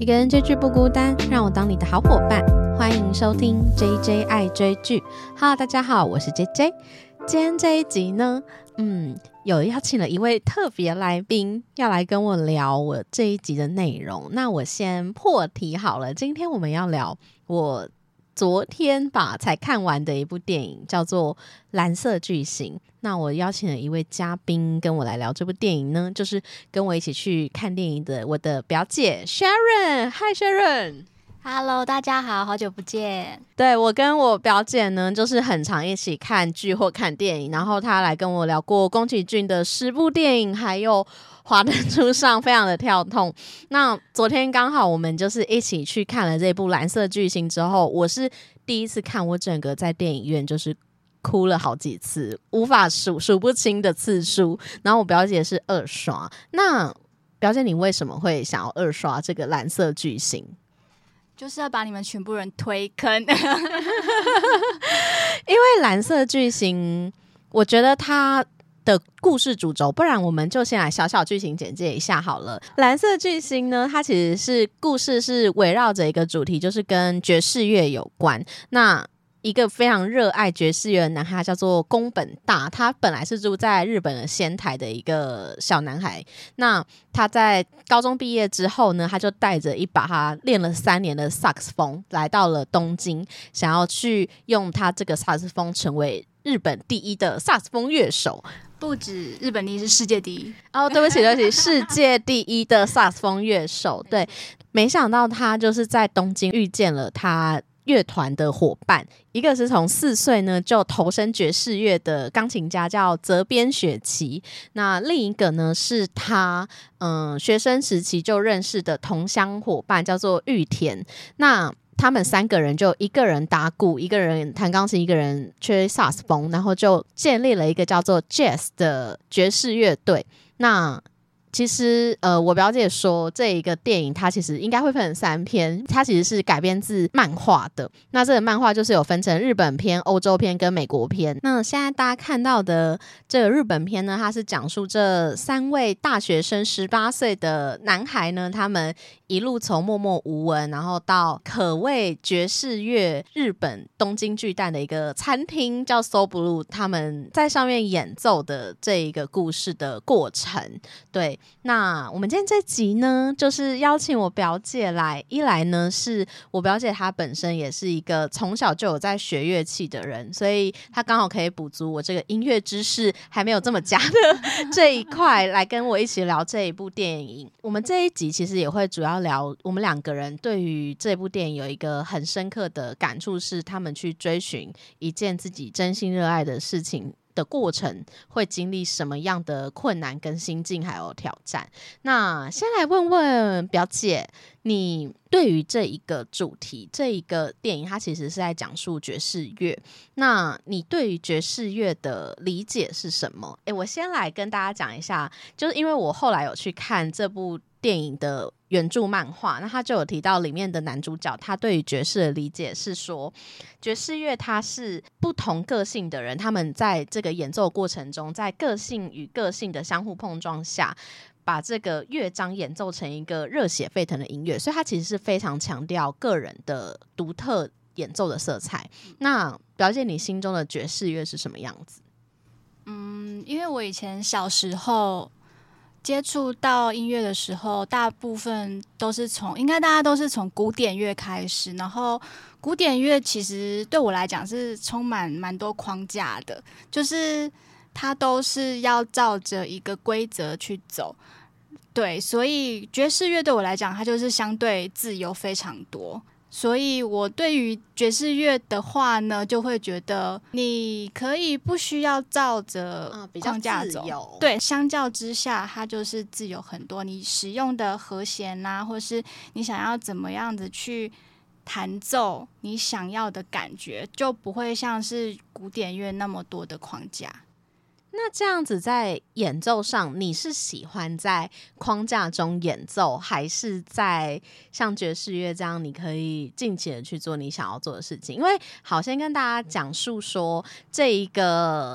一个人追剧不孤单，让我当你的好伙伴。欢迎收听 JJ 爱追剧。Hello， 大家好，我是 JJ。今天这一集呢，有邀请了一位特别来宾，要来跟我聊我这一集的内容。那我先破题好了，今天我们要聊我昨天才看完的一部电影，叫做《蓝色巨星》。那我邀请了一位嘉宾跟我来聊这部电影呢，就是跟我一起去看电影的我的表姐 Sharon。Hi Sharon。Hello， 大家好，好久不见。 对，我跟我表姐呢，就是很常一起看剧或看电影，然后她来跟我聊过宫崎骏的10部电影，还有华灯初上，非常的跳痛。那昨天刚好我们就是一起去看了这部《蓝色巨星》之后，我是第一次看，我整个在电影院就是哭了好几次，无法数不清的次数。然后我表姐是2刷。那表姐，你为什么会想要2刷这个《蓝色巨星》？ 就是要把你们全部人推坑。因为蓝色巨星我觉得它的故事主轴，不然我们就先来小小剧情简介一下好了。蓝色巨星呢，它其实是故事是围绕着一个主题，就是跟爵士乐有关。那一个非常热爱爵士乐的男孩叫做宫本大，他本来是住在日本的仙台的一个小男孩。那他在高中毕业之后呢，他就带着一把他练了3年的萨克斯风来到了东京，想要去用他这个萨克斯风成为日本第一的萨克斯风乐手。 不止日本第一，是世界第一。 哦，对不起，世界第一的萨克斯风乐手。对，没想到他就是在东京遇见了他乐团的伙伴，一个是从4岁呢就投身爵士乐的钢琴家叫泽边雪琪，那另一个呢是他学生时期就认识的同乡伙伴叫做玉田。那他们3个人就一个人打鼓，一个人弹钢琴，一个人吹萨克斯风，然后就建立了一个叫做 Jazz 的爵士乐队。那其实我表姐说这一个电影它其实应该会分成3篇，它其实是改编自漫画的。那这个漫画就是有分成日本篇、欧洲篇跟美国篇。那现在大家看到的这个日本篇呢，它是讲述这3位大学生18岁的男孩呢，他们一路从默默无闻，然后到可谓爵士乐日本东京巨蛋的一个餐厅叫 So Blue， 他们在上面演奏的这一个故事的过程。对，那我们今天这集呢，就是邀请我表姐来。一来呢，是我表姐她本身也是一个从小就有在学乐器的人，所以她刚好可以补足我这个音乐知识还没有这么佳的这一块，来跟我一起聊这一部电影。我们这一集其实也会主要聊我们2个人对于这部电影有一个很深刻的感触，是他们去追寻一件自己真心热爱的事情的过程会经历什么样的困难跟心境还有挑战。那先来问问表姐，你对于这一个主题，这一个电影它其实是在讲述爵士乐，那你对于爵士乐的理解是什么？我先来跟大家讲一下，就是因为我后来有去看这部电影的原著漫画，那他就有提到里面的男主角他对于爵士的理解是说，爵士乐它是不同个性的人，他们在这个演奏过程中，在个性与个性的相互碰撞下，把这个乐章演奏成一个热血沸腾的音乐，所以它其实是非常强调个人的独特演奏的色彩。那表姐，你心中的爵士乐是什么样子？ 因为我以前小时候接触到音乐的时候，大部分都是应该大家都是从古典乐开始，然后古典乐其实对我来讲是充满蛮多框架的，就是它都是要照着一个规则去走。对，所以爵士乐对我来讲，它就是相对自由非常多。所以我对于爵士乐的话呢，就会觉得你可以不需要照着框架走，对，相较之下它就是自由很多，你使用的和弦啊，或是你想要怎么样子去弹奏你想要的感觉，就不会像是古典乐那么多的框架。 那这样子在演奏上，你是喜欢在框架中演奏，还是在像爵士乐这样你可以尽情的去做你想要做的事情？因为好，先跟大家讲述说这一个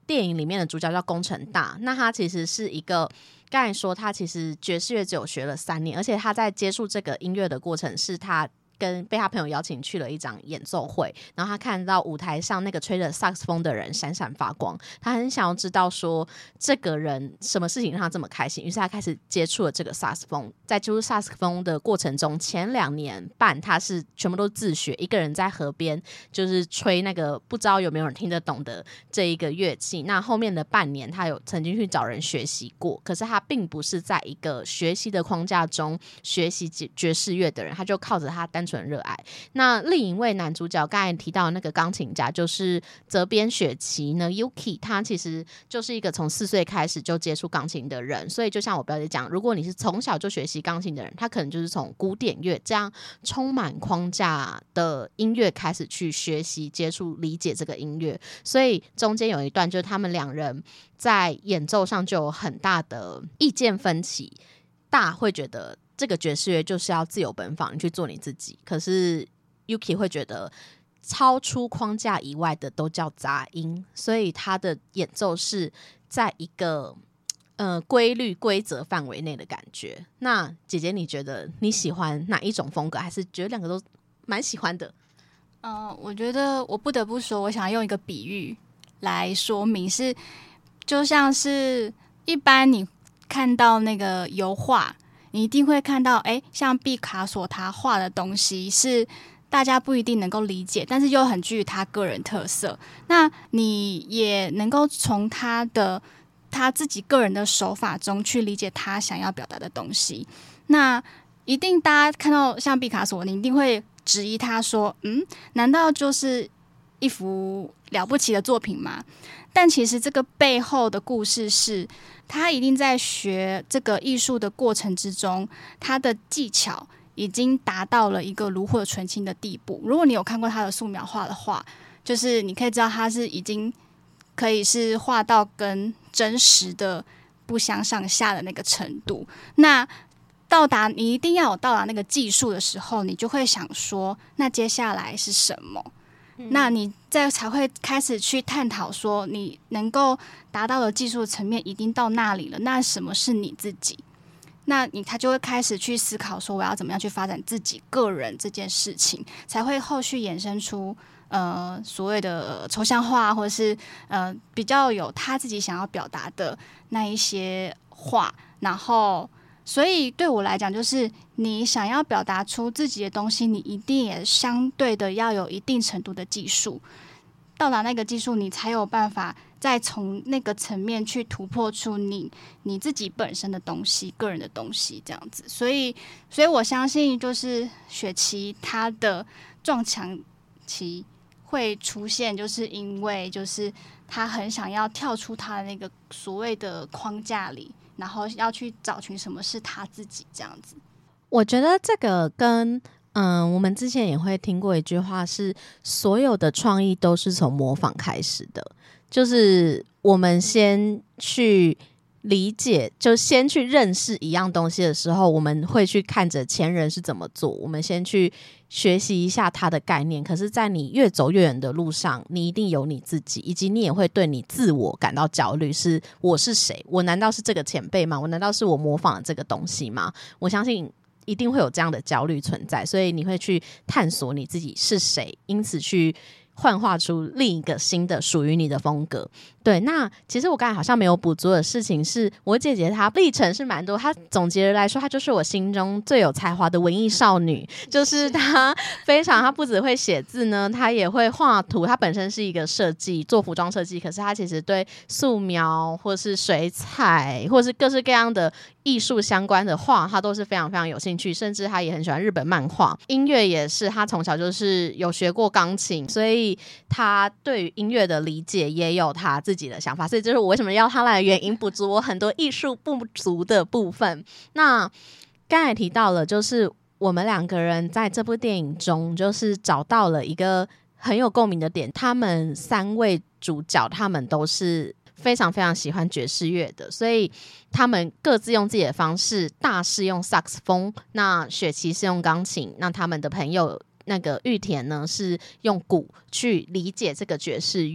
电影里面的主角叫宫城大，那他其实是一个。刚才说他其实爵士乐只有学了3年，而且他在接触这个音乐的过程是他被他朋友邀请去了一场演奏会，然后他看到舞台上那个吹着萨克斯风的人闪闪发光，他很想要知道说这个人什么事情让他这么开心，于是他开始接触了这个萨克斯风。在接触萨克斯风的过程中，前2年半他是全部都自学，一个人在河边就是吹那个不知道有没有人听得懂的这一个乐器。那后面的半年他有曾经去找人学习过，可是他并不是在一个学习的框架中学习爵士乐的人，他就靠着他单纯热爱。那另一位男主角刚才提到的那个钢琴家就是泽边雪琪呢 Yuki， 他其实就是一个从4岁开始就接触钢琴的人，所以就像我表姐讲，如果你是从小就学习钢琴的人，他可能就是从古典乐这样充满框架的音乐开始去学习接触理解这个音乐，所以中间有一段就是他们2人在演奏上就有很大的意见分歧，大会觉得这个爵士乐就是要自由奔放，你去做你自己。可是 Yuki 会觉得超出框架以外的都叫杂音，所以他的演奏是在一个规律规则范围内的感觉。那姐姐你觉得你喜欢哪一种风格，还是觉得2个都蛮喜欢的？ 我觉得我不得不说，我想用一个比喻来说明，是就像是一般你看到那个油画，你一定会看到像毕卡索他画的东西是大家不一定能够理解，但是又很具有他个人特色，那你也能够从他自己个人的手法中去理解他想要表达的东西。那一定大家看到像毕卡索，你一定会质疑他说难道就是一幅了不起的作品吗？但其实这个背后的故事是，他一定在学这个艺术的过程之中，他的技巧已经达到了一个炉火纯青的地步。如果你有看过他的素描画的话，就是你可以知道他是已经可以是画到跟真实的不相上下的那个程度。那你一定要有到达那个技术的时候，你就会想说，那接下来是什么？那你才会开始去探讨说，你能够达到的技术层面已经到那里了，那什么是你自己？那他就会开始去思考说，我要怎么样去发展自己个人这件事情，才会后续衍生出所谓的抽象画，或者是比较有他自己想要表达的那一些画。然后所以对我来讲，就是你想要表达出自己的东西，你一定也相对的要有一定程度的技术，到达那个技术，你才有办法再从那个层面去突破出你自己本身的东西，个人的东西这样子。所以我相信，就是雪琪她的撞墙期会出现，就是因为就是她很想要跳出她的那个所谓的框架里，然后要去找寻什么是他自己这样子。 我觉得这个跟我们之前也会听过一句话是，所有的创意都是从模仿开始的，就是我们先去理解，就先去认识一样东西的时候，我们会去看着前人是怎么做，我们先去学习一下它的概念。可是在你越走越远的路上，你一定有你自己，以及你也会对你自我感到焦虑，是我是谁？我难道是这个前辈吗？我难道是我模仿的这个东西吗？我相信一定会有这样的焦虑存在，所以你会去探索你自己是谁，因此去幻化出另一个新的属于你的风格。对，那其实我刚才好像没有补足的事情是，我姐姐她历程是蛮多，她总结来说，她就是我心中最有才华的文艺少女，就是她她不只会写字呢，她也会画图，她本身是一个设计，做服装设计，可是她其实对素描或是水彩或是各式各样的艺术相关的画，她都是非常非常有兴趣，甚至她也很喜欢日本漫画，音乐也是，她从小就是有学过钢琴，所以她对于音乐的理解也有她自己的想法，所以这是我为什么要她来的原因，补足我很多艺术不足的部分。那刚才提到了，就是我们2个人在这部电影中就是找到了一个很有共鸣的点，他们3位主角他们都是非常非常喜欢爵士乐的，所以他们各自用自己的方式，大是用萨克斯风，那雪琪是用钢琴，那他们的朋友那个玉田呢是用鼓去理解这个爵士乐。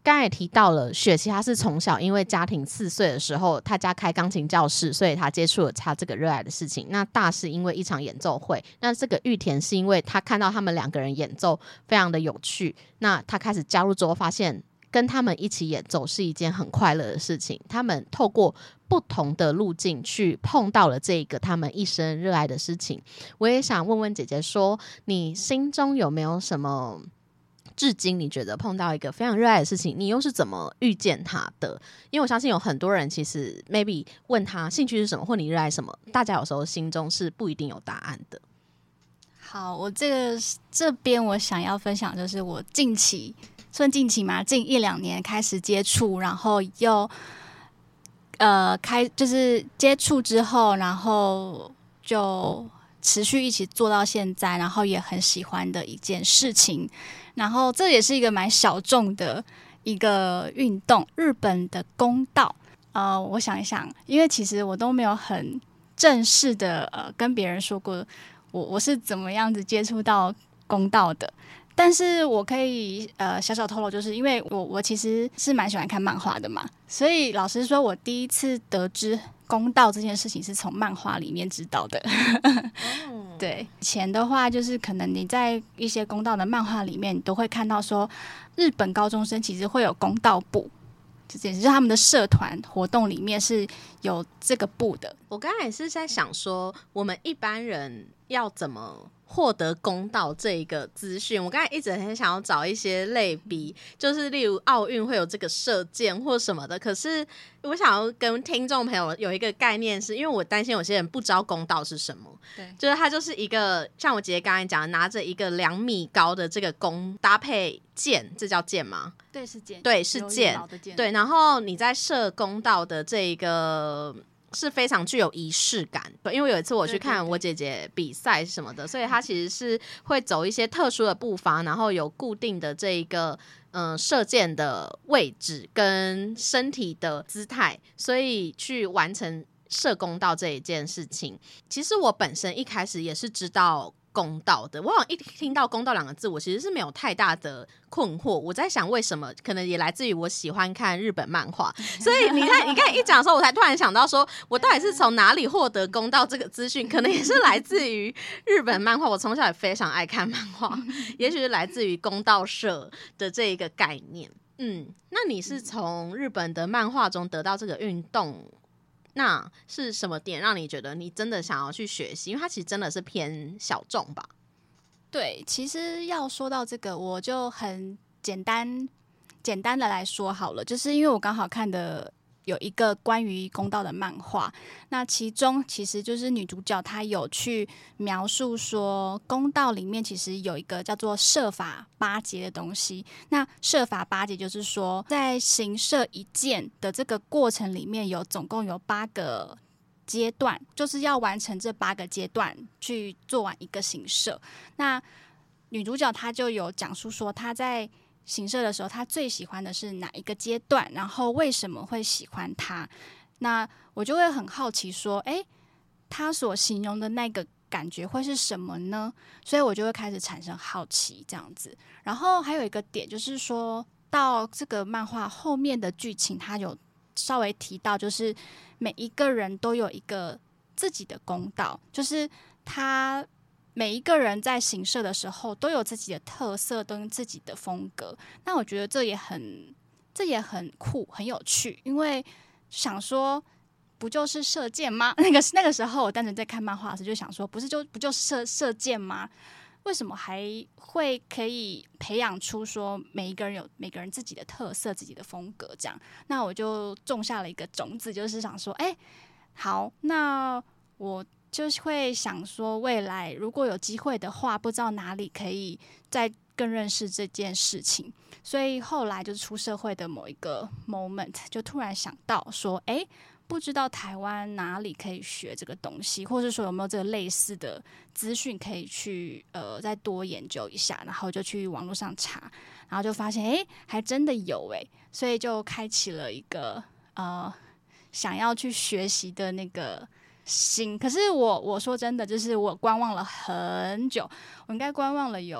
刚才也提到了雪琪，她是从小因为家庭4岁的时候，她家开钢琴教室，所以她接触了她这个热爱的事情。那大是因为一场演奏会，那这个玉田是因为她看到他们2个人演奏非常的有趣，那她开始加入之后，发现跟他们一起演奏是一件很快乐的事情。他们透过不同的路径去碰到了这个他们一生热爱的事情。我也想问问姐姐说，你心中有没有什么至今你觉得碰到一个非常热爱的事情，你又是怎么遇见他的？因为我相信有很多人其实 maybe 问他兴趣是什么或你热爱什么，大家有时候心中是不一定有答案的。 好，我这边我想要分享就是我近期嘛，近1-2年开始接触，然后又就是接触之后，然后就持续一起做到现在，然后也很喜欢的一件事情。然后这也是一个蛮小众的一个运动，日本的弓道。我想一想，因为其实我都没有很正式的跟别人说过我是怎么样子接触到弓道的。但是我可以小小透露，就是因为我其实是蛮喜欢看漫画的嘛，所以老实说，我第一次得知弓道这件事情是从漫画里面知道的。对，以前的话就是可能你在一些弓道的漫画里面，你都会看到说，日本高中生其实会有弓道部，就是他们的社团活动里面是有这个部的。 我刚才也是在想说，我们一般人要怎么获得弓道这一个资讯？我刚才一直很想要找一些类比，就是例如奥运会有这个射箭或什么的，可是我想要跟听众朋友有一个概念是，因为我担心有些人不知道弓道是什么。对，就是它就是一个像我姐姐刚才讲的，拿着一个2米高的这个弓搭配箭，这叫箭吗？ 对，是箭。 对，是箭。对，然后你在射弓道的这一个是非常具有仪式感，因为有一次我去看我姐姐比赛什么的，所以她其实是会走一些特殊的步伐，然后有固定的这一个射箭的位置跟身体的姿态，所以去完成射弓道这一件事情。其实我本身一开始也是知道弓道的，我好像一听到弓道2个字，我其实是没有太大的困惑。我在想为什么，可能也来自于我喜欢看日本漫画，所以你看一讲的时候，我才突然想到说，我到底是从哪里获得弓道这个资讯？可能也是来自于日本漫画。我从小也非常爱看漫画，也许是来自于弓道社的这一个概念。那你是从日本的漫画中得到这个运动？那是什么点让你觉得你真的想要去学习？因为它其实真的是偏小众吧。 对，其实要说到这个，我就很简单的来说好了，就是因为我刚好看的有一个关于弓道的漫画，那其中其实就是女主角她有去描述说，弓道里面其实有一个叫做射法8节的东西。那射法8节就是说，在行射一箭的这个过程里面，总共有8个阶段，就是要完成这8个阶段去做完一个行射。那女主角她就有讲述说，她在行射的时候，她最喜欢的是哪一个阶段，然后为什么会喜欢它。那我就会很好奇说，她所形容的那个感觉会是什么呢？所以我就会开始产生好奇这样子。然后还有一个点就是说，到这个漫画后面的剧情，它有稍微提到，就是每一个人都有一个自己的弓道，就是他每一个人在行射的时候都有自己的特色跟自己的风格。那我觉得这也很酷，很有趣，因为想说不就是射箭吗？那个时候我单纯在看漫画时就想说，不就是射箭吗？为什么还会可以培养出说每一个人有每个人自己的特色、自己的风格这样？那我就种下了一个种子，就是想说，好，那我就会想说，未来如果有机会的话，不知道哪里可以再更认识这件事情。所以后来就是出社会的某一个 moment， 就突然想到说，不知道台湾哪里可以学这个东西，或者说有没有这个类似的资讯可以去再多研究一下，然后就去网络上查，然后就发现还真的有所以就开启了一个想要去学习的那个可是我说真的，就是我观望了很久，我应该观望了有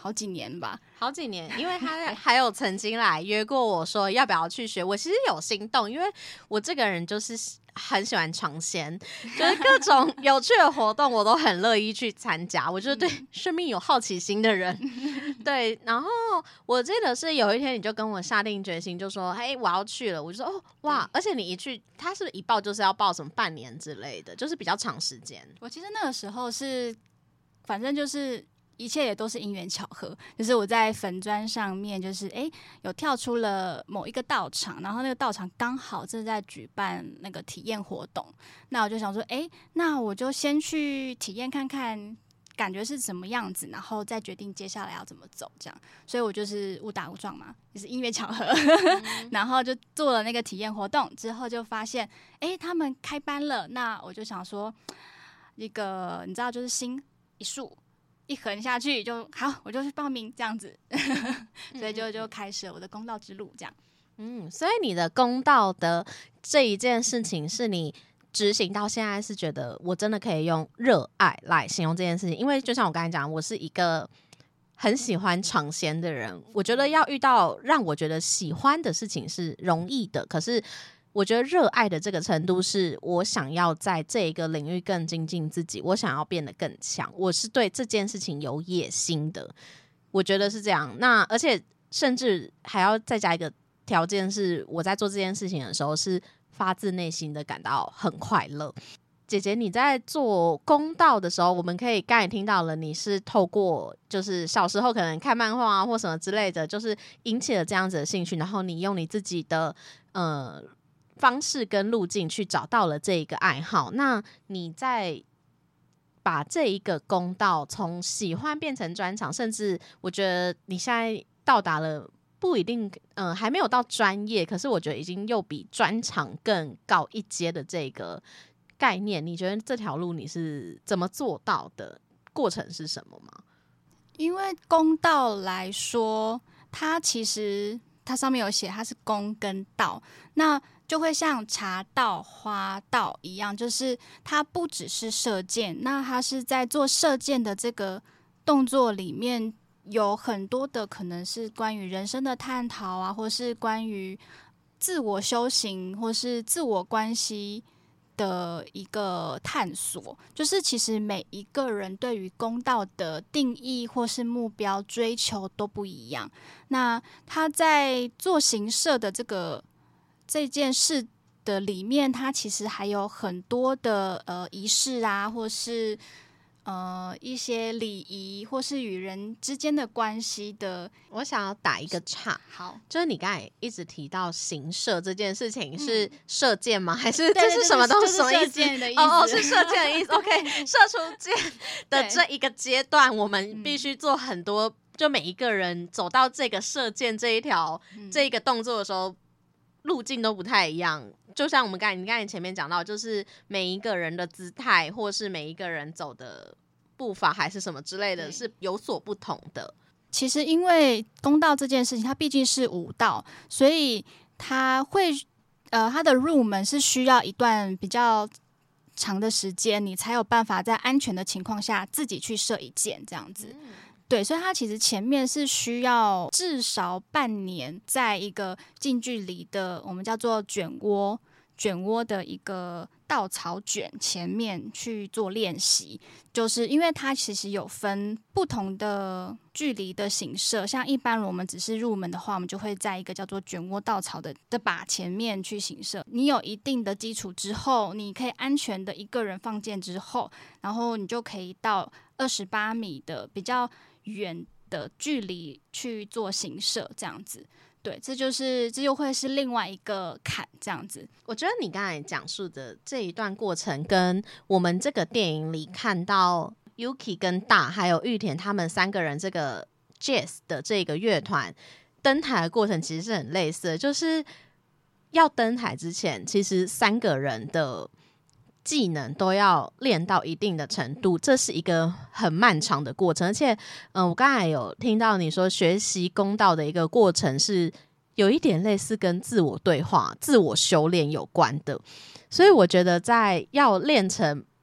好几年吧， 好几年，因为他还有曾经来约过我说要不要去学，我其实有心动，因为我这个人就是很喜欢尝鲜，就是各种有趣的活动我都很乐意去参加，我就是对生命有好奇心的人。对，然后我记得是有一天你就跟我下定决心，就说嘿我要去了，我就说哦哇，而且你一去，他是不是一报就是要报什么半年之类的，就是比较长时间。 我其实那个时候是反正就是一切也都是因缘巧合，就是我在粉专上面就是有跳出了某一个道场，然后那个道场刚好正在举办那个体验活动，那我就想说那我就先去体验看看感觉是什么样子，然后再决定接下来要怎么走这样，所以我就是误打误撞嘛，也是因缘巧合然后就做了那个体验活动之后就发现他们开班了，那我就想说一个你知道就是心一竖一横下去就好，我就去报名这样子所以就开始了我的公道之路这样。 所以你的公道的这一件事情是你执行到现在是觉得我真的可以用热爱来形容这件事情，因为就像我刚才讲，我是一个很喜欢尝鲜的人，我觉得要遇到让我觉得喜欢的事情是容易的，可是我觉得热爱的这个程度是我想要在这一个领域更精进自己，我想要变得更强，我是对这件事情有野心的，我觉得是这样。那而且甚至还要再加一个条件是我在做这件事情的时候是发自内心的感到很快乐。姐姐你在做公道的时候，我们可以刚才听到了你是透过就是小时候可能看漫画啊或什么之类的，就是引起了这样子的兴趣，然后你用你自己的方式跟路径去找到了这一个爱好，那你在把这一个公道从喜欢变成专长，甚至我觉得你现在到达了不一定还没有到专业，可是我觉得已经又比专长更高一阶的这个概念，你觉得这条路你是怎么做到的？过程是什么吗？ 因为公道来说，它其实它上面有写它是公跟道，那就会像茶道、花道一样，就是它不只是射箭，那它是在做射箭的这个动作里面有很多的可能是关于人生的探讨啊，或是关于自我修行或是自我关系的一个探索，就是其实每一个人对于公道的定义或是目标追求都不一样，那他在做行射的这件事的里面，他其实还有很多的仪式啊，或是一些礼仪，或是与人之间的关系的。 我想要打一个岔， 好， 就是你刚才一直提到行射这件事情，是射箭吗？还是这是什么东西？什么意思？是射箭的意思。OK， 射出箭的这一个阶段，我们必须做很多，就每一个人走到这个射箭这一条这一个动作的时候，路径都不太一样。就像你刚才前面讲到，就是每一个人的姿态，或是每一个人走的步伐，还是什么之类的，是有所不同的。 其实因为公道这件事情，它毕竟是武道，所以它会它的入门是需要一段比较长的时间，你才有办法在安全的情况下自己去射一箭这样子。对，所以它其实前面是需要至少半年，在一个近距离的我们叫做卷窝的一个稻草卷前面去做练习，就是因为它其实有分不同的距离的形射，像一般我们只是入门的话，我们就会在一个叫做卷窝稻草的靶前面去形射。你有一定的基础之后，你可以安全的一个人放箭之后，然后你就可以到28米的比较远的距离去做行射，这样子。对，这又会是另外一个坎，这样子。 我觉得你刚才讲述的这一段过程，跟我们这个电影里看到 Yuki 跟大还有玉田他们3个人这个 Jazz 的这个乐团登台的过程，其实是很类似的。就是要登台之前，其实3个人的技能都要练到一定的程度，这是一个很漫长的过程。而且我刚才有听到你说学习公道的一个过程是有一点类似跟自我对话、自我修炼有关的，所以我觉得在要练成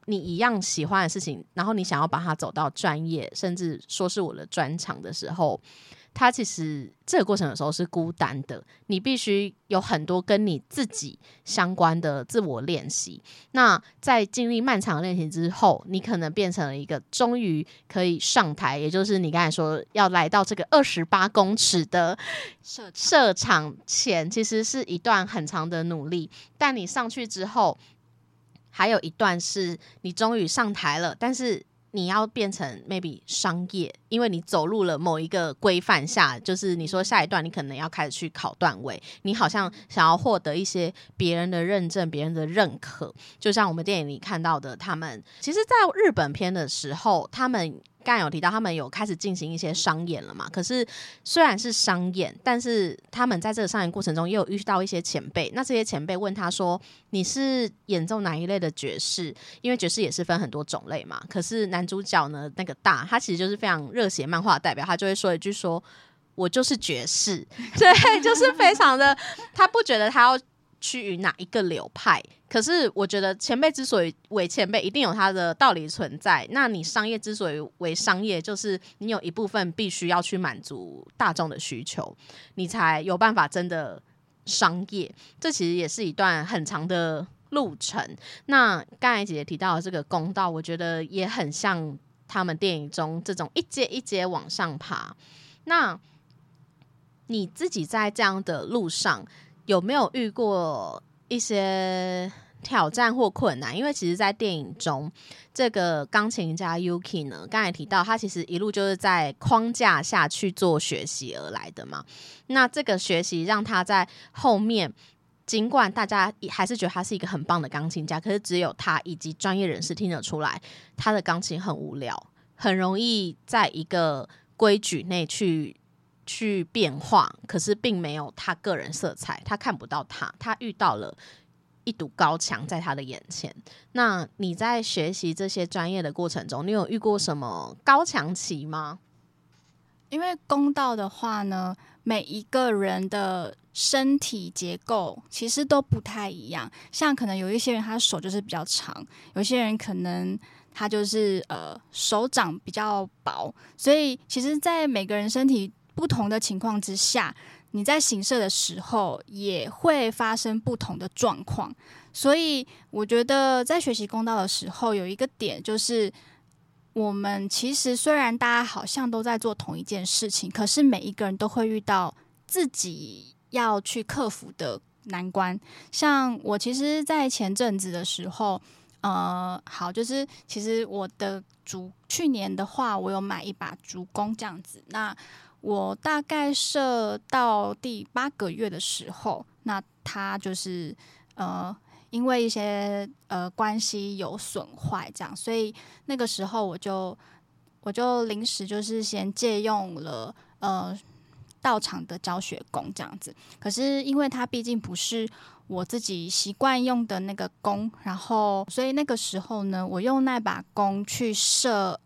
你一样喜欢的事情，然后你想要把它走到专业，甚至说是我的专长的时候，它其实这个过程有时候是孤单的，你必须有很多跟你自己相关的自我练习。那在经历漫长的练习之后，你可能变成了一个终于可以上台，也就是你刚才说要来到这个28公尺的射场前，其实是一段很长的努力。但你上去之后，还有一段是你终于上台了，但是你要变成 maybe 商业，因为你走入了某一个规范下，就是你说下一段你可能要开始去考段位，你好像想要获得一些别人的认证，别人的认可。就像我们电影里看到的，他们其实在日本片的时候，他们刚才有提到他们有开始进行一些商演了嘛，可是虽然是商演，但是他们在这个商演过程中也有遇到一些前辈，那这些前辈问他说你是演奏哪一类的爵士，因为爵士也是分很多种类嘛，可是男主角呢那个大他其实就是非常热血漫画的代表，他就会说一句说我就是爵士对，就是非常的他不觉得他要趋于哪一个流派，可是我觉得前辈之所以为前辈一定有他的道理存在，那你商业之所以为商业，就是你有一部分必须要去满足大众的需求，你才有办法真的商业，这其实也是一段很长的路程。那刚才姐姐提到的这个公道，我觉得也很像他们电影中这种一阶一阶往上爬。那你自己在这样的路上有没有遇过一些挑战或困难？因为其实在电影中这个钢琴家 Yuki 呢，刚才提到他其实一路就是在框架下去做学习而来的嘛，那这个学习让他在后面尽管大家还是觉得他是一个很棒的钢琴家，可是只有他以及专业人士听得出来他的钢琴很无聊，很容易在一个规矩内去变化，可是并没有他个人色彩，他看不到他遇到了一堵高墙在他的眼前。那你在学习这些专业的过程中，你有遇过什么高墙期吗？ 因为弓道的话呢，每一个人的身体结构其实都不太一样，像可能有一些人他手就是比较长，有些人可能他就是手掌比较薄，所以其实在每个人身体不同的情况之下，你在行射的时候也会发生不同的状况。所以我觉得在学习弓道的时候有一个点，就是我们其实虽然大家好像都在做同一件事情，可是每一个人都会遇到自己要去克服的难关。像我其实在前阵子的时候好，就是其实我的去年的话我有买一把竹弓这样子，那我大概射到第8个月的时候，那它就是因为一些关系有损坏这样，所以那个时候我就临时就是先借用了道场的教学弓这样子。可是因为它毕竟不是我自己习惯用的那个弓，然后所以那个时候呢，我用那把弓去射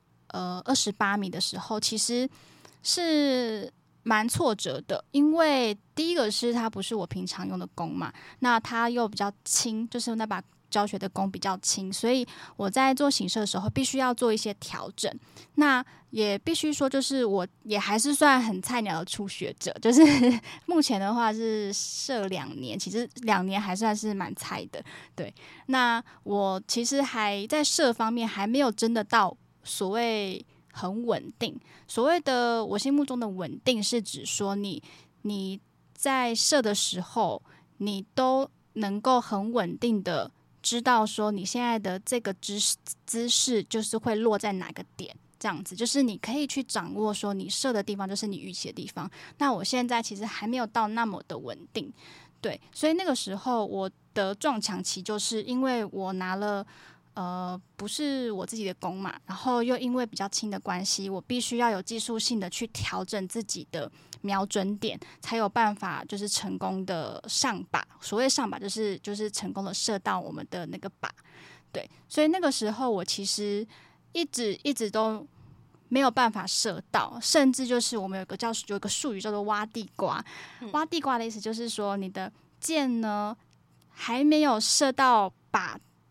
28米的时候，其实是蛮挫折的，因为第一个是它不是我平常用的弓嘛，那它又比较轻，就是那把教学的弓比较轻，所以我在做行射的时候必须要做一些调整。那也必须说，就是我也还是算很菜鸟的初学者，就是目前的话是射2年，其实2年还算是蛮菜的。对，那我其实还在射方面还没有真的到所谓很稳定。所谓的我心目中的稳定，是指说你在射的时候，你都能够很稳定的知道说你现在的这个姿势就是会落在哪个点，这样子就是你可以去掌握说你射的地方就是你预期的地方。那我现在其实还没有到那么的稳定，对，所以那个时候我的撞墙期就是因为我拿了不是我自己的弓嘛，然后又因为比较轻的关系，我必须要有技术性的去调整自己的瞄准点，才有办法就是成功的上靶。所谓上靶就是成功的射到我们的那个靶。对，所以那个时候我其实一直都没有办法射到，甚至就是我们有一个术语叫做挖地瓜。挖地瓜的意思就是说，你的箭呢还没有射到靶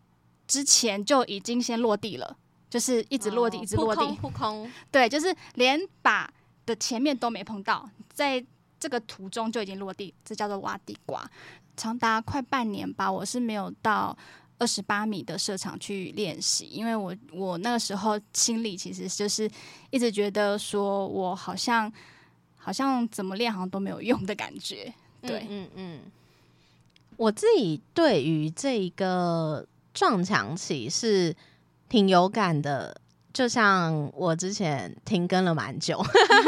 之前就已经先落地了，就是一直落地，一直落地， 扑空， 对，就是连把的前面都没碰到，在这个途中就已经落地，这叫做挖地瓜。长达快半年吧，我是没有到28米的射场去练习，因为我那个时候心里其实就是一直觉得说我好像怎么练好像都没有用的感觉。对， 我自己对于这个撞墙期是挺有感的，就像我之前停更了蛮久。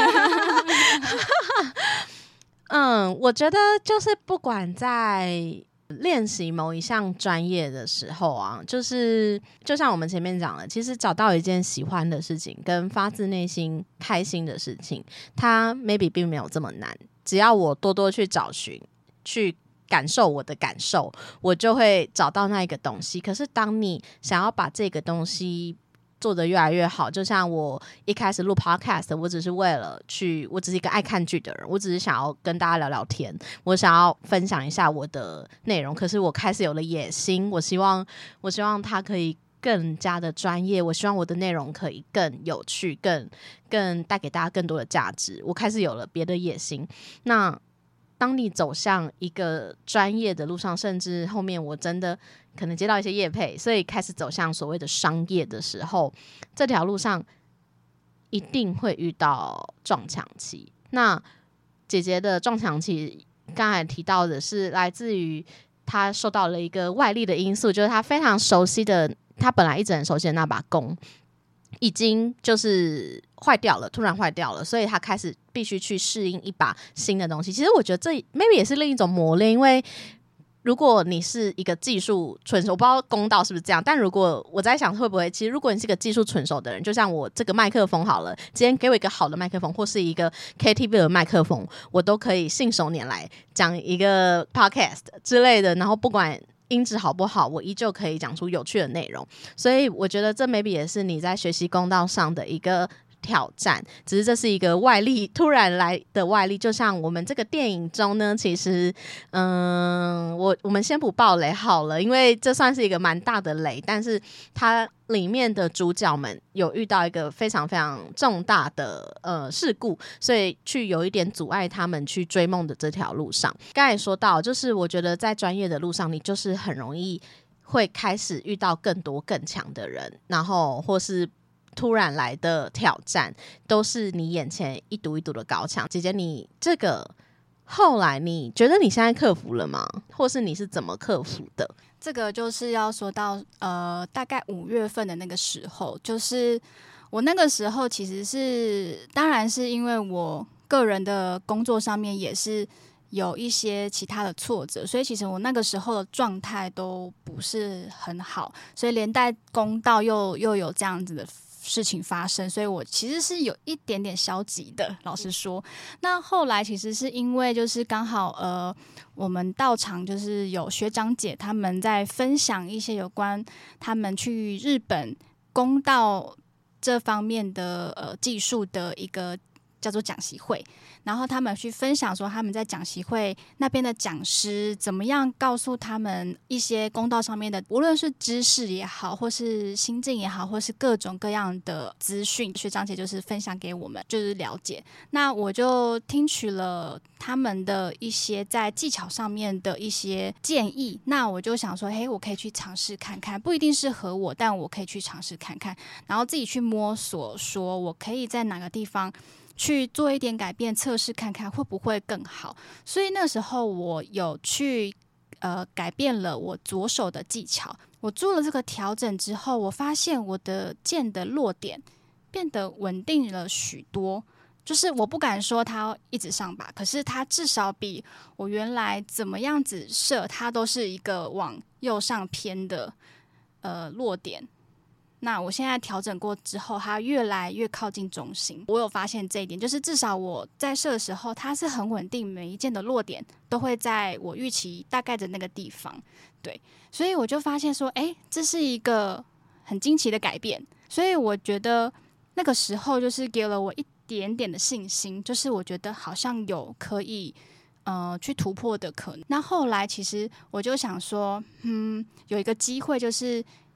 我觉得就是不管在练习某一项专业的时候啊，就是就像我们前面讲的，其实找到一件喜欢的事情跟发自内心开心的事情，它 maybe 并没有这么难，只要我多多去找寻，去感受我的感受，我就会找到那一个东西。可是当你想要把这个东西做得越来越好，就像我一开始录 podcast， 我只是为了我只是一个爱看剧的人，我只是想要跟大家聊聊天，我想要分享一下我的内容。可是我开始有了野心，我希望它可以更加的专业，我希望我的内容可以更有趣，更带给大家更多的价值。我开始有了别的野心。那当你走向一个专业的路上，甚至后面我真的可能接到一些业配，所以开始走向所谓的商业的时候，这条路上一定会遇到撞墙期。那姐姐的撞墙期刚才提到的是来自于她受到了一个外力的因素，就是她非常熟悉的，她本来一直很熟悉的那把弓已经就是坏掉了，突然坏掉了，所以他开始必须去适应一把新的东西。其实我觉得这 maybe 也是另一种磨练，因为如果你是一个技术纯熟，我不知道公道是不是这样，但如果我在想会不会，其实如果你是个技术纯熟的人，就像我这个麦克风好了，今天给我一个好的麦克风或是一个 KTV 的麦克风，我都可以信手拈来讲一个 podcast 之类的，然后不管音质好不好，我依旧可以讲出有趣的内容。所以我觉得这 maybe 也是你在学习公道上的一个挑战，只是这是一个外力突然来的外力，就像我们这个电影中呢，其实我们先不爆雷好了，因为这算是一个蛮大的雷，但是它里面的主角们有遇到一个非常非常重大的事故，所以去有一点阻碍他们去追梦的这条路上。刚才也说到，就是我觉得在专业的路上，你就是很容易会开始遇到更多更强的人，然后或是突然来的挑战，都是你眼前一堵一堵的高墙。姐姐，你这个后来你觉得你现在克服了吗？或是你是怎么克服的？ 这个就是要说到大概5月份的那个时候，就是我那个时候其实是，当然是因为我个人的工作上面也是有一些其他的挫折，所以其实我那个时候的状态都不是很好，所以连带公道又有这样子的事情发生，所以我其实是有一点点消极的，老实说。那后来其实是因为就是刚好我们到场就是有学长姐他们在分享一些有关他们去日本公道这方面的技术的一个叫做讲习会，然后他们去分享说他们在讲习会那边的讲师怎么样告诉他们一些公道上面的，无论是知识也好，或是心境也好，或是各种各样的资讯，学长姐就是分享给我们，就是了解。那我就听取了他们的一些在技巧上面的一些建议，那我就想说，嘿，我可以去尝试看看，不一定适合我，但我可以去尝试看看，然后自己去摸索，说我可以在哪个地方去做一点改变，测试看看会不会更好。所以那时候我有去改变了我左手的技巧。我做了这个调整之后，我发现我的剑的落点变得稳定了许多。就是我不敢说它一直上把，可是它至少比我原来怎么样子射，它都是一个往右上偏的落点。那我现在调整过之后，它越来越靠近中心。我有发现这一点，就是至少我在射的时候，它是很稳定，每一箭的落点都会在我预期大概的那个地方。对，所以我就发现说，这是一个很惊奇的改变。所以我觉得那个时候就是给了我一点点的信心，就是我觉得好像有可以去突破的可能。那后来其实我就想说，有一个机会就是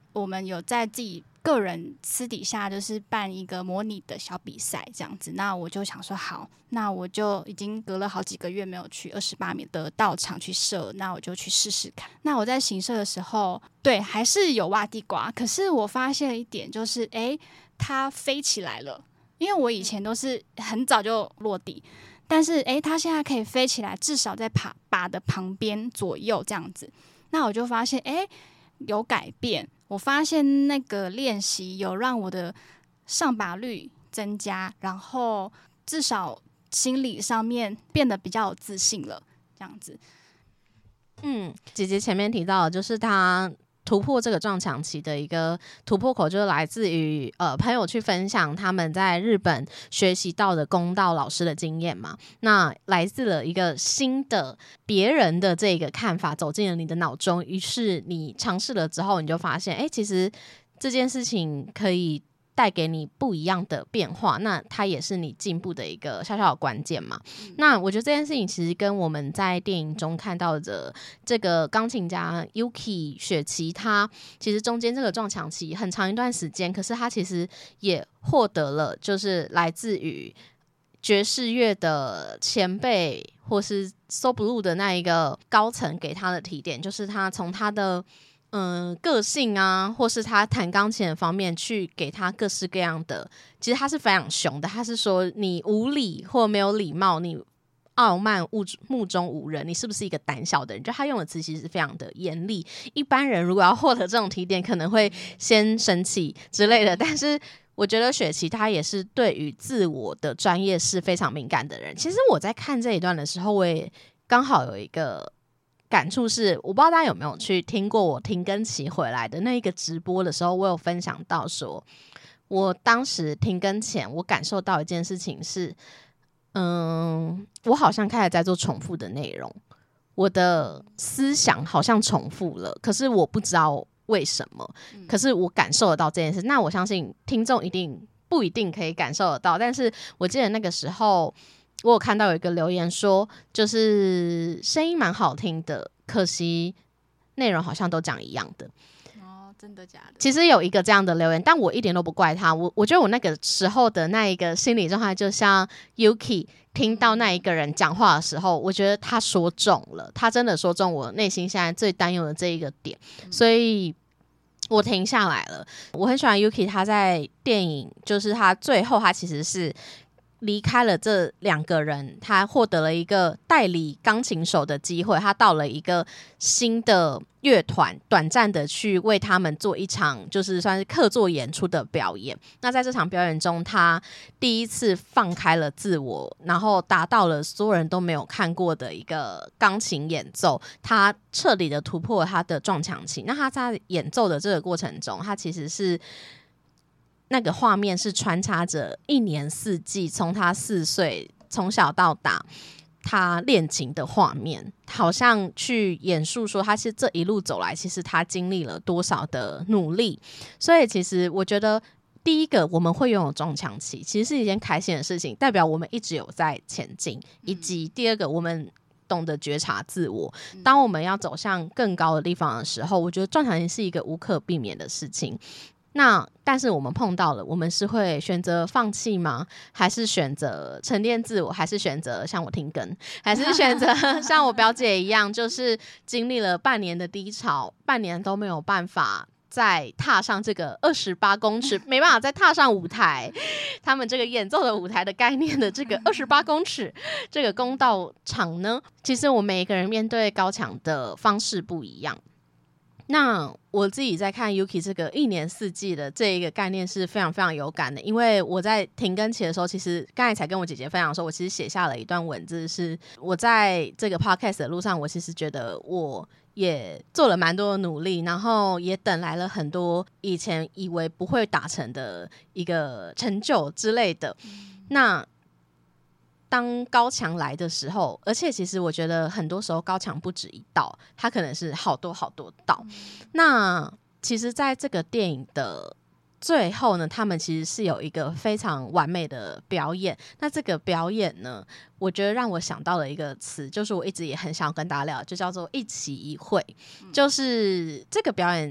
我们有在自己个人私底下就是办一个模拟的小比赛这样子，那我就想说好，那我就已经隔了好几个月没有去28米的道场去射，那我就去试试看。那我在行射的时候，对，还是有挖地瓜，可是我发现一点就是，它飞起来了，因为我以前都是很早就落地。但是它现在可以飞起来，至少在靶的旁边左右这样子，那我就发现有改变。我发现那个练习有让我的上靶率增加，然后至少心理上面变得比较有自信了，这样子。 姐姐前面提到的就是她突破这个撞墙期的一个突破口，就是来自于朋友去分享他们在日本学习到的弓道老师的经验嘛。那来自了一个新的别人的这个看法走进了你的脑中，于是你尝试了之后，你就发现其实这件事情可以带给你不一样的变化，那它也是你进步的一个小小的关键嘛。那我觉得这件事情其实跟我们在电影中看到的这个钢琴家 Yuki 雪琪，他其实中间这个撞墙期很长一段时间，可是他其实也获得了就是来自于爵士乐的前辈或是 So Blue 的那一个高层给他的提点，就是他从他的个性啊，或是他弹钢琴的方面去给他各式各样的，其实他是非常凶的，他是说你无礼或没有礼貌，你傲慢目中无人，你是不是一个胆小的人，就他用的词其实是非常的严厉，一般人如果要获得这种提点可能会先生气之类的，但是我觉得雪琪他也是对于自我的专业是非常敏感的人。其实我在看这一段的时候，我也刚好有一个感触是，我不知道大家有没有去听过我停更期回来的那一个直播的时候，我有分享到说，我当时停更前我感受到一件事情是，我好像开始在做重复的内容，我的思想好像重复了，可是我不知道为什么，可是我感受得到这件事。那我相信听众不一定可以感受得到，但是我记得那个时候我有看到有一个留言说，就是声音蛮好听的，可惜内容好像都讲一样的。 真的假的？ 其实有一个这样的留言，但我一点都不怪他。我觉得我那个时候的那一个心理状态，就像 Yuki 听到那一个人讲话的时候，我觉得他说中了，他真的说中我内心现在最担忧的这一个点，所以我停下来了。我很喜欢 Yuki 他在电影，就是他最后他其实是离开了这两个人，他获得了一个代理钢琴手的机会，他到了一个新的乐团，短暂的去为他们做一场就是算是客座演出的表演。那在这场表演中，他第一次放开了自我，然后达到了所有人都没有看过的一个钢琴演奏，他彻底的突破了他的撞墙期。那他在演奏的这个过程中，他其实是那个画面是穿插着一年四季，从他4岁从小到大他练琴的画面，好像去演述说他是这一路走来，其实他经历了多少的努力。所以其实我觉得第一个我们会拥有撞墙期其实是一件开心的事情，代表我们一直有在前进，以及第二个我们懂得觉察自我，当我们要走向更高的地方的时候，我觉得撞墙期是一个无可避免的事情。那但是我们碰到了，我们是会选择放弃吗？还是选择沉淀自我？还是选择像我停更？还是选择像我表姐一样，就是经历了半年的低潮，半年都没有办法再踏上这个28公尺，没办法再踏上舞台，他们这个演奏的舞台的概念的这个28公尺这个弓道场呢？其实我每一个人面对高墙的方式不一样。那我自己在看 Yuki 这个一年四季的这一个概念是非常非常有感的，因为我在停更期的时候，其实刚才才跟我姐姐分享的时候，我其实写下了一段文字，是我在这个 podcast 的路上，我其实觉得我也做了蛮多的努力，然后也等来了很多以前以为不会达成的一个成就之类的。那当高墙来的时候，而且其实我觉得很多时候高墙不止一道，它可能是好多好多道。那其实在这个电影的最后呢，他们其实是有一个非常完美的表演。那这个表演呢，我觉得让我想到了一个词，就是我一直也很想跟大家聊，就叫做一期一会。就是这个表演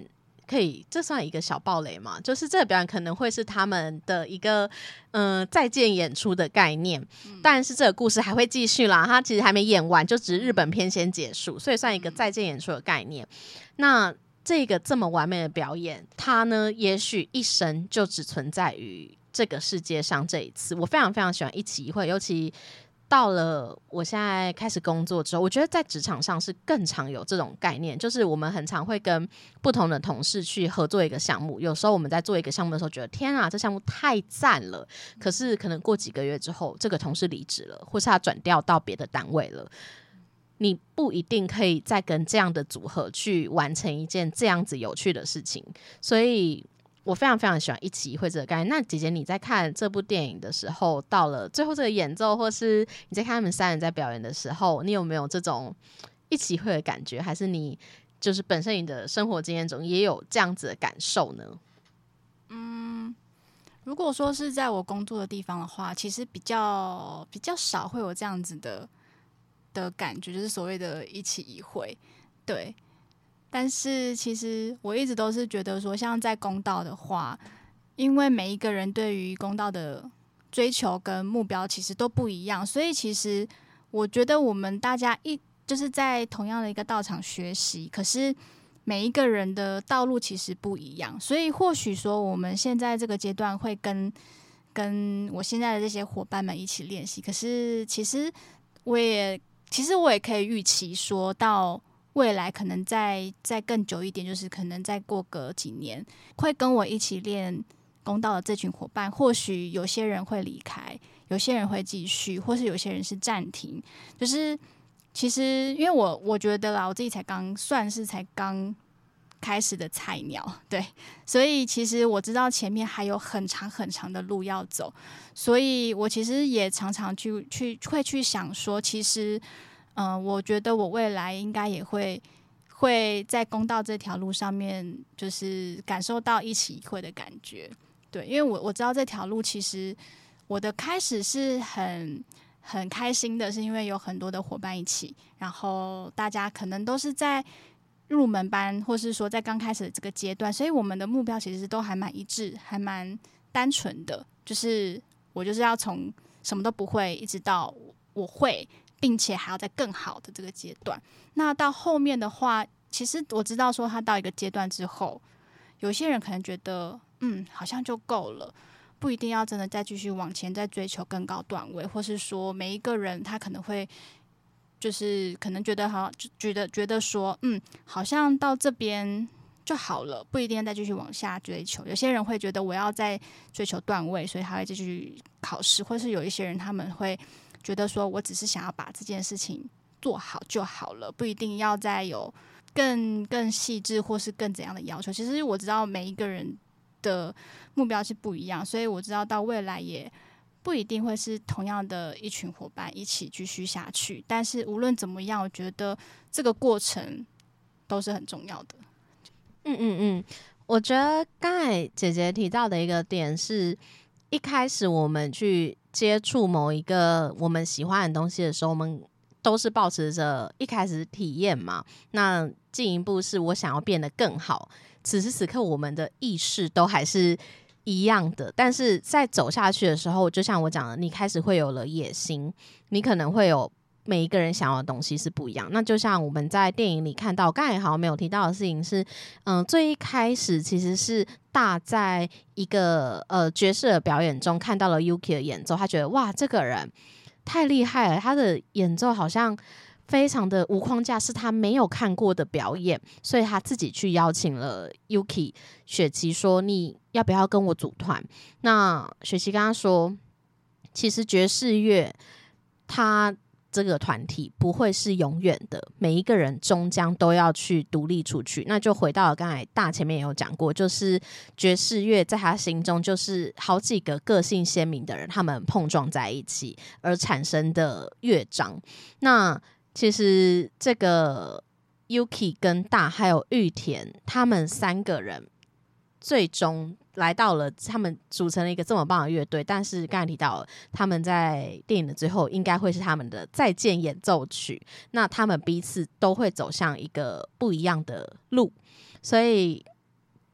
可以，这算一个小爆雷嘛？就是这个表演可能会是他们的一个再见演出的概念，但是这个故事还会继续啦，它其实还没演完，就只是日本篇先结束，所以算一个再见演出的概念。那这个这么完美的表演，它呢也许一生就只存在于这个世界上这一次。我非常非常喜欢一期一会，尤其到了我现在开始工作之后，我觉得在职场上是更常有这种概念，就是我们很常会跟不同的同事去合作一个项目，有时候我们在做一个项目的时候觉得天啊这项目太赞了，可是可能过几个月之后这个同事离职了，或是他转调到别的单位了，你不一定可以再跟这样的组合去完成一件这样子有趣的事情，所以我非常非常喜欢一期一会这个概念。那姐姐你在看这部电影的时候，到了最后这个演奏，或是你在看他们三人在表演的时候，你有没有这种一期一会的感觉，还是你就是本身你的生活经验中也有这样子的感受呢？ 如果说是在我工作的地方的话，其实比较少会有这样子的感觉，就是所谓的一期一会，对。但是其实我一直都是觉得说，像在公道的话，因为每一个人对于公道的追求跟目标其实都不一样，所以其实我觉得我们大家就是在同样的一个道场学习，可是每一个人的道路其实不一样，所以或许说我们现在这个阶段会跟我现在的这些伙伴们一起练习，可是其实我也可以预期说到未来可能再更久一点，就是可能再过个几年，会跟我一起练公道的这群伙伴，或许有些人会离开，有些人会继续，或是有些人是暂停。就是其实因为我觉得啦，我自己才刚开始的菜鸟，对，所以其实我知道前面还有很长很长的路要走，所以我其实也常常会去想说，其实我觉得我未来应该也会在公道这条路上面，就是感受到一期一会的感觉。对，因为我知道这条路其实我的开始是很开心的，是因为有很多的伙伴一起，然后大家可能都是在入门班，或是说在刚开始的这个阶段，所以我们的目标其实都还蛮一致，还蛮单纯的，就是我就是要从什么都不会一直到我会，并且还要再更好的这个阶段。那到后面的话，其实我知道说他到一个阶段之后，有些人可能觉得好像就够了，不一定要真的再继续往前再追求更高段位，或是说每一个人他可能会就是可能觉得觉得说好像到这边就好了，不一定要再继续往下追求。有些人会觉得我要再追求段位，所以他会继续考试，或是有一些人他们会觉得说我只是想要把这件事情做好就好了，不一定要再有更细致或是更怎样的要求。其实我知道每一个人的目标是不一样，所以我知道到未来也不一定会是同样的一群伙伴一起继续下去，但是无论怎么样，我觉得这个过程都是很重要的。 我觉得刚才姐姐提到的一个点是，一开始我们去接触某一个我们喜欢的东西的时候，我们都是抱持着一开始体验嘛，那进一步是我想要变得更好，此时此刻我们的意识都还是一样的，但是在走下去的时候，就像我讲的，你开始会有了野心，你可能会有每一个人想要的东西是不一样。那就像我们在电影里看到，刚才好像没有提到的事情是，最一开始其实是大在一个爵士的表演中看到了 Yuki 的演奏，他觉得哇，这个人太厉害了，他的演奏好像非常的无框架，是他没有看过的表演，所以他自己去邀请了 Yuki 雪琪说你要不要跟我组团。那雪琪跟他说其实爵士乐他这个团体不会是永远的，每一个人终将都要去独立出去。那就回到了刚才大前面也有讲过，就是爵士乐在他心中就是好几个个性鲜明的人，他们碰撞在一起而产生的乐章。那其实这个 Yuki 跟大还有玉田他们三个人最终来到了，他们组成了一个这么棒的乐队，但是刚才提到了他们在电影的最后应该会是他们的再见演奏曲，那他们彼此都会走向一个不一样的路，所以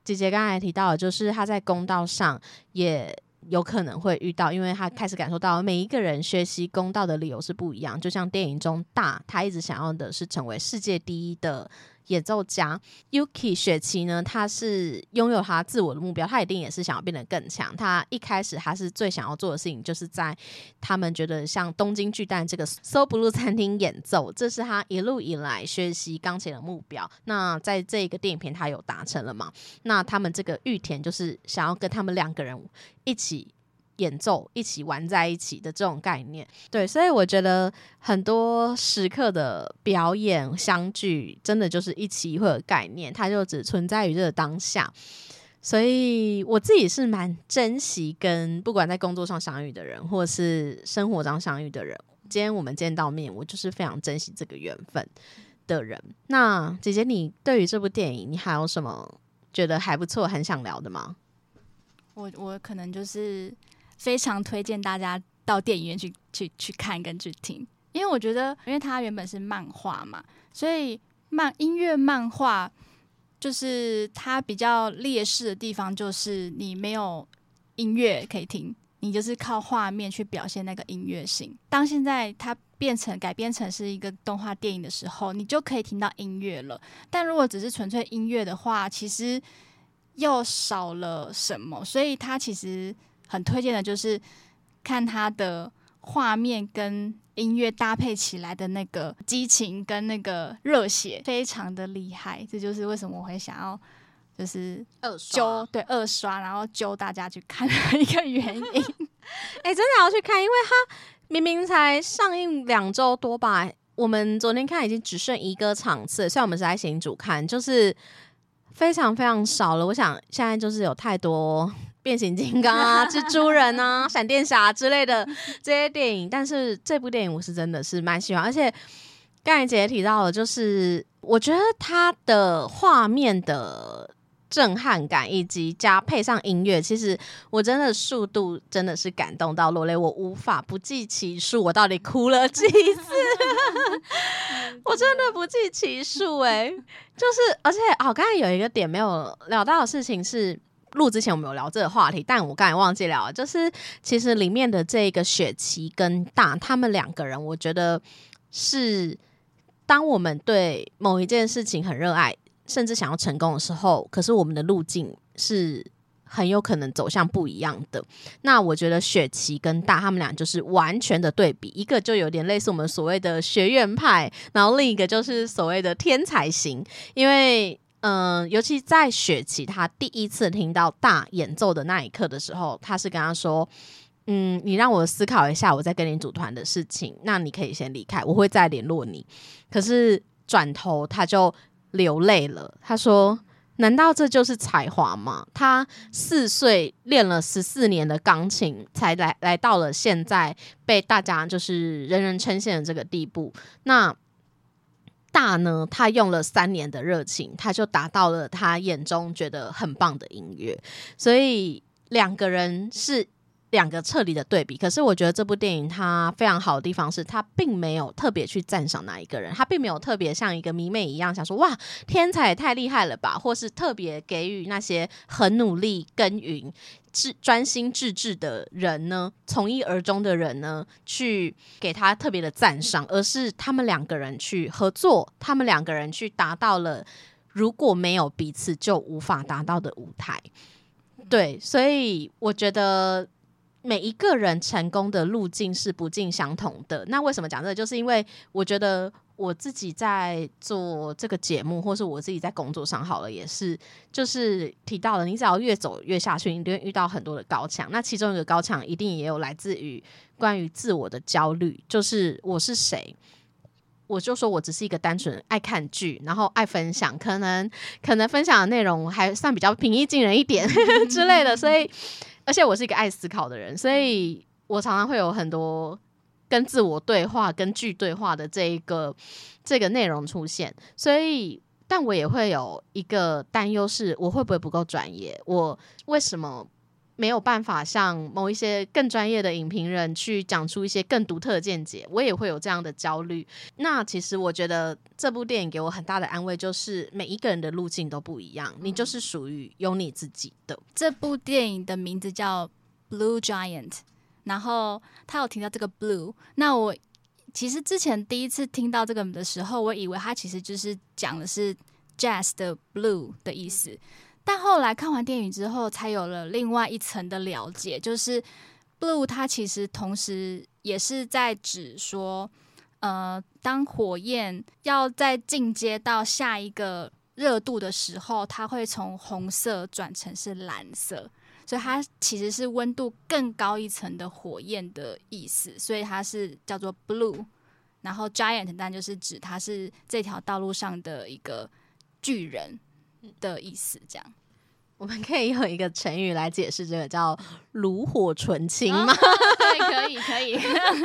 姐姐刚才提到的，就是她在公道上也有可能会遇到，因为她开始感受到每一个人学习公道的理由是不一样。就像电影中大，她一直想要的是成为世界第一的演奏家。 Yuki 雪琪呢，他是拥有他自我的目标，他一定也是想要变得更强。他一开始他是最想要做的事情，就是在他们觉得像东京巨蛋这个 So Blue 餐厅演奏，这是他一路以来学习钢琴的目标。那在这个电影片他有达成了嘛？那他们这个玉田就是想要跟他们两个人一起演奏，一起玩在一起的这种概念。对，所以我觉得很多时刻的表演相聚真的就是一期一会的概念，它就只存在于这个当下。所以我自己是蛮珍惜跟不管在工作上相遇的人，或是生活上相遇的人，今天我们见到面，我就是非常珍惜这个缘分的人。那姐姐，你对于这部电影你还有什么觉得还不错很想聊的吗？ 我可能就是非常推荐大家到电影院去看跟去听，因为我觉得，因为它原本是漫画嘛，所以音乐漫画就是它比较劣势的地方，就是你没有音乐可以听，你就是靠画面去表现那个音乐性。当现在它改编成是一个动画电影的时候，你就可以听到音乐了。但如果只是纯粹音乐的话，其实又少了什么，所以他其实很推荐的就是看他的画面跟音乐搭配起来的那个激情跟那个热血，非常的厉害。这就是为什么我会想要就是二刷，然后揪大家去看的一个原因。 真的要去看，因为他明明才上映2周多吧，我们昨天看已经只剩1个场次，虽然我们是在新竹看，就是非常非常少了。我想现在就是有太多变形金刚啊、蜘蛛人啊、闪电侠之类的这些电影，但是这部电影我是真的是蛮喜欢。而且刚才姐姐提到的，就是我觉得它的画面的震撼感以及加配上音乐，其实我真的速度真的是感动到落泪，我无法不计其数，我到底哭了几次我真的不计其数就是而且刚才有一个点没有聊到的事情是，录之前我们有聊这个话题，但我刚才忘记聊了，就是其实里面的这个雪琪跟大他们2个人，我觉得是当我们对某一件事情很热爱甚至想要成功的时候，可是我们的路径是很有可能走向不一样的。那我觉得雪琪跟大他们俩就是完全的对比，一个就有点类似我们所谓的学院派，然后另一个就是所谓的天才型。因为尤其在雪琪他第一次听到大演奏的那一刻的时候，他是跟他说你让我思考一下我在跟你组团的事情，那你可以先离开，我会再联络你。可是转头他就流泪了，他说难道这就是才华吗？他4岁练了14年的钢琴，才来到了现在被大家就是人人称羡的这个地步。那大呢，他用了3年的热情，他就达到了他眼中觉得很棒的音乐。所以2个人是2个彻底的对比。可是我觉得这部电影它非常好的地方是，它并没有特别去赞赏哪一个人，它并没有特别像一个迷妹一样想说哇天才也太厉害了吧，或是特别给予那些很努力耕耘专心致志的人呢，从一而终的人呢，去给他特别的赞赏，而是他们2个人去合作，他们2个人去达到了如果没有彼此就无法达到的舞台。对，所以我觉得每一个人成功的路径是不尽相同的。那为什么讲这个，就是因为我觉得我自己在做这个节目，或是我自己在工作上好了，也是就是提到了，你只要越走越下去，你就会遇到很多的高墙。那其中一个高墙一定也有来自于关于自我的焦虑，就是我是谁。我就说我只是一个单纯爱看剧，然后爱分享，可能分享的内容还算比较平易近人一点之类的。所以而且我是一个爱思考的人，所以我常常会有很多跟自我对话跟剧对话的这个内容出现。所以但我也会有一个担忧，是我会不会不够专业，我为什么没有办法像某一些更专业的影评人去讲出一些更独特的见解，我也会有这样的焦虑。那其实我觉得这部电影给我很大的安慰，就是每一个人的路径都不一样，你就是属于有你自己的。 这部电影的名字叫 Blue Giant， 然后他有提到这个 Blue， 那我其实之前第一次听到这个的时候，我以为他其实就是讲的是 Jazz 的 Blue 的意思，但后来看完电影之后才有了另外一层的了解，就是 Blue 它其实同时也是在指说当火焰要再进阶到下一个热度的时候，它会从红色转成是蓝色，所以它其实是温度更高一层的火焰的意思，所以它是叫做 Blue。 然后 Giant 当然就是指它是这条道路上的一个巨人的意思，这样。 我们可以用一个成语来解释这个，叫炉火纯青吗？ 对，可以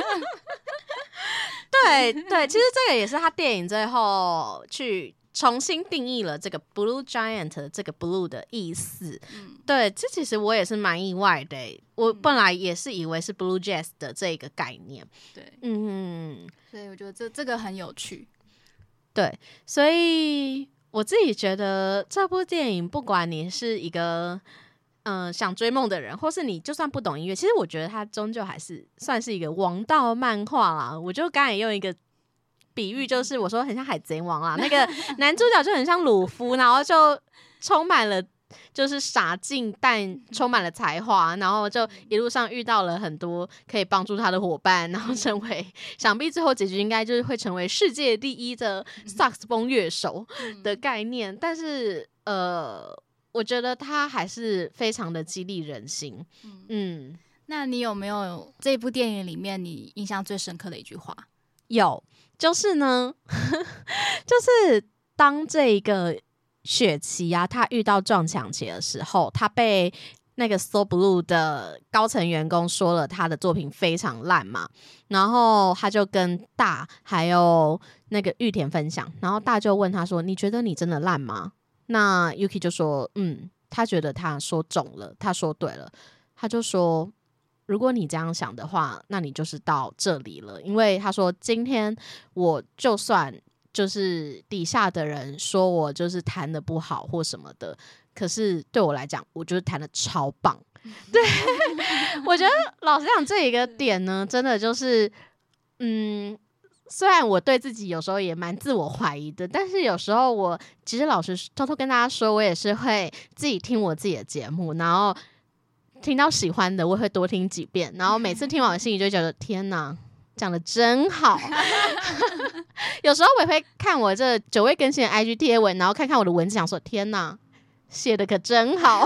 对对，其实这个也是他电影最后去重新定义了这个 Blue Giant 这个 Blue 的意思。对，这其实我也是蛮意外的我本来也是以为是 Blue Jazz 的这个概念。 对，所以我觉得这个很有趣。 对，所以我自己觉得这部电影，不管你是一个想追梦的人，或是你就算不懂音乐，其实我觉得它终究还是算是一个王道漫画啦。我就刚才也用一个比喻，就是我说很像海贼王啦，那个男主角就很像鲁夫，然后就充满了就是傻劲但充满了才华，然后就一路上遇到了很多可以帮助他的伙伴，然后成为想必最后结局应该就是会成为世界第一的萨克斯风乐手的概念。但是我觉得他还是非常的激励人心。 那你有没有这部电影里面你印象最深刻的一句话？ 有，就是呢就是当这个雪琪啊他遇到撞墙期的时候，他被那个 So Blue 的高层员工说了他的作品非常烂嘛，然后他就跟大还有那个玉田分享，然后大就问他说，你觉得你真的烂吗？那 Yuki 就说他觉得他说中了，他说对了。他就说，如果你这样想的话，那你就是到这里了。因为他说今天我就算就是底下的人说我就是弹的不好或什么的，可是对我来讲我就是弹的超棒。对我觉得老实讲这一个点呢，真的就是虽然我对自己有时候也蛮自我怀疑的，但是有时候我其实老实偷偷跟大家说，我也是会自己听我自己的节目，然后听到喜欢的我会多听几遍，然后每次听完我心里就觉得天哪讲的真好有时候我也会看我这久未更新的 IG 贴文，然后看看我的文字想说天哪写的可真好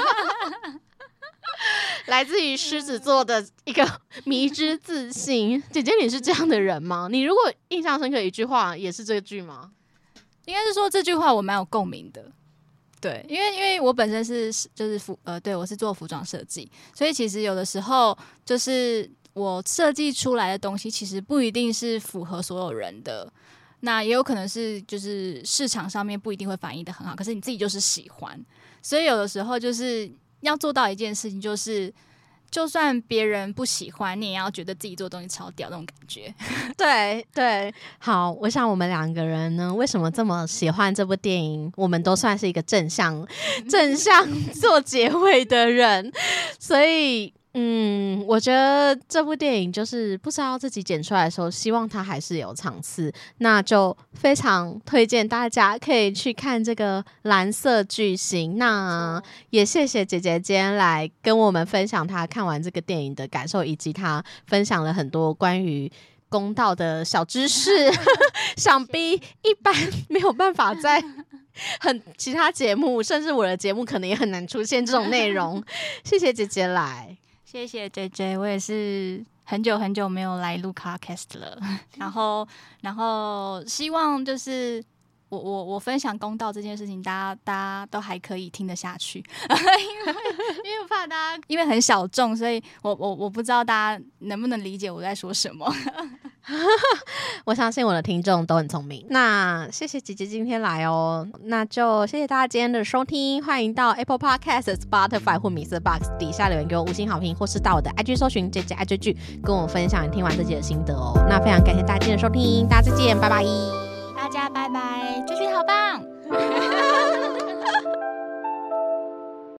来自于狮子座的一个迷之自信。姐姐你是这样的人吗？你如果印象深刻一句话也是这句吗？ 应该是说这句话我蛮有共鸣的。对，因为我本身就是对，我是做服装设计，所以其实有的时候就是我设计出来的东西其实不一定是符合所有人的，那也有可能是就是市场上面不一定会反应的很好，可是你自己就是喜欢，所以有的时候就是要做到一件事情，就是就算别人不喜欢，你也要觉得自己做的东西超屌那种感觉。 对对，好，我想我们两个人呢，为什么这么喜欢这部电影？我们都算是一个正向做结尾的人，所以我觉得这部电影就是不知道自己剪出来的时候，希望它还是有场次，那就非常推荐大家可以去看这个蓝色巨星。那也谢谢姐姐今天来跟我们分享她看完这个电影的感受，以及她分享了很多关于公道的小知识想必一般没有办法在其他节目，甚至我的节目可能也很难出现这种内容谢谢姐姐来。 谢谢 JJ， 我也是很久很久没有来录 Podcast 了然后希望就是我分享公道这件事情，大家都还可以听得下去因为我怕大家因为很小众，所以我不知道大家能不能理解我在说什么我相信我的听众都很聪明。那谢谢姐姐今天来哦，那就谢谢大家今天的收听，欢迎到 Apple Podcast、Spotify 或MixerBox 底下留言给我5星好评，或是到我的 IG 搜寻姐姐爱追剧，跟我分享你听完这集的心得哦。那非常感谢大家今天的收听，大家再见，拜拜。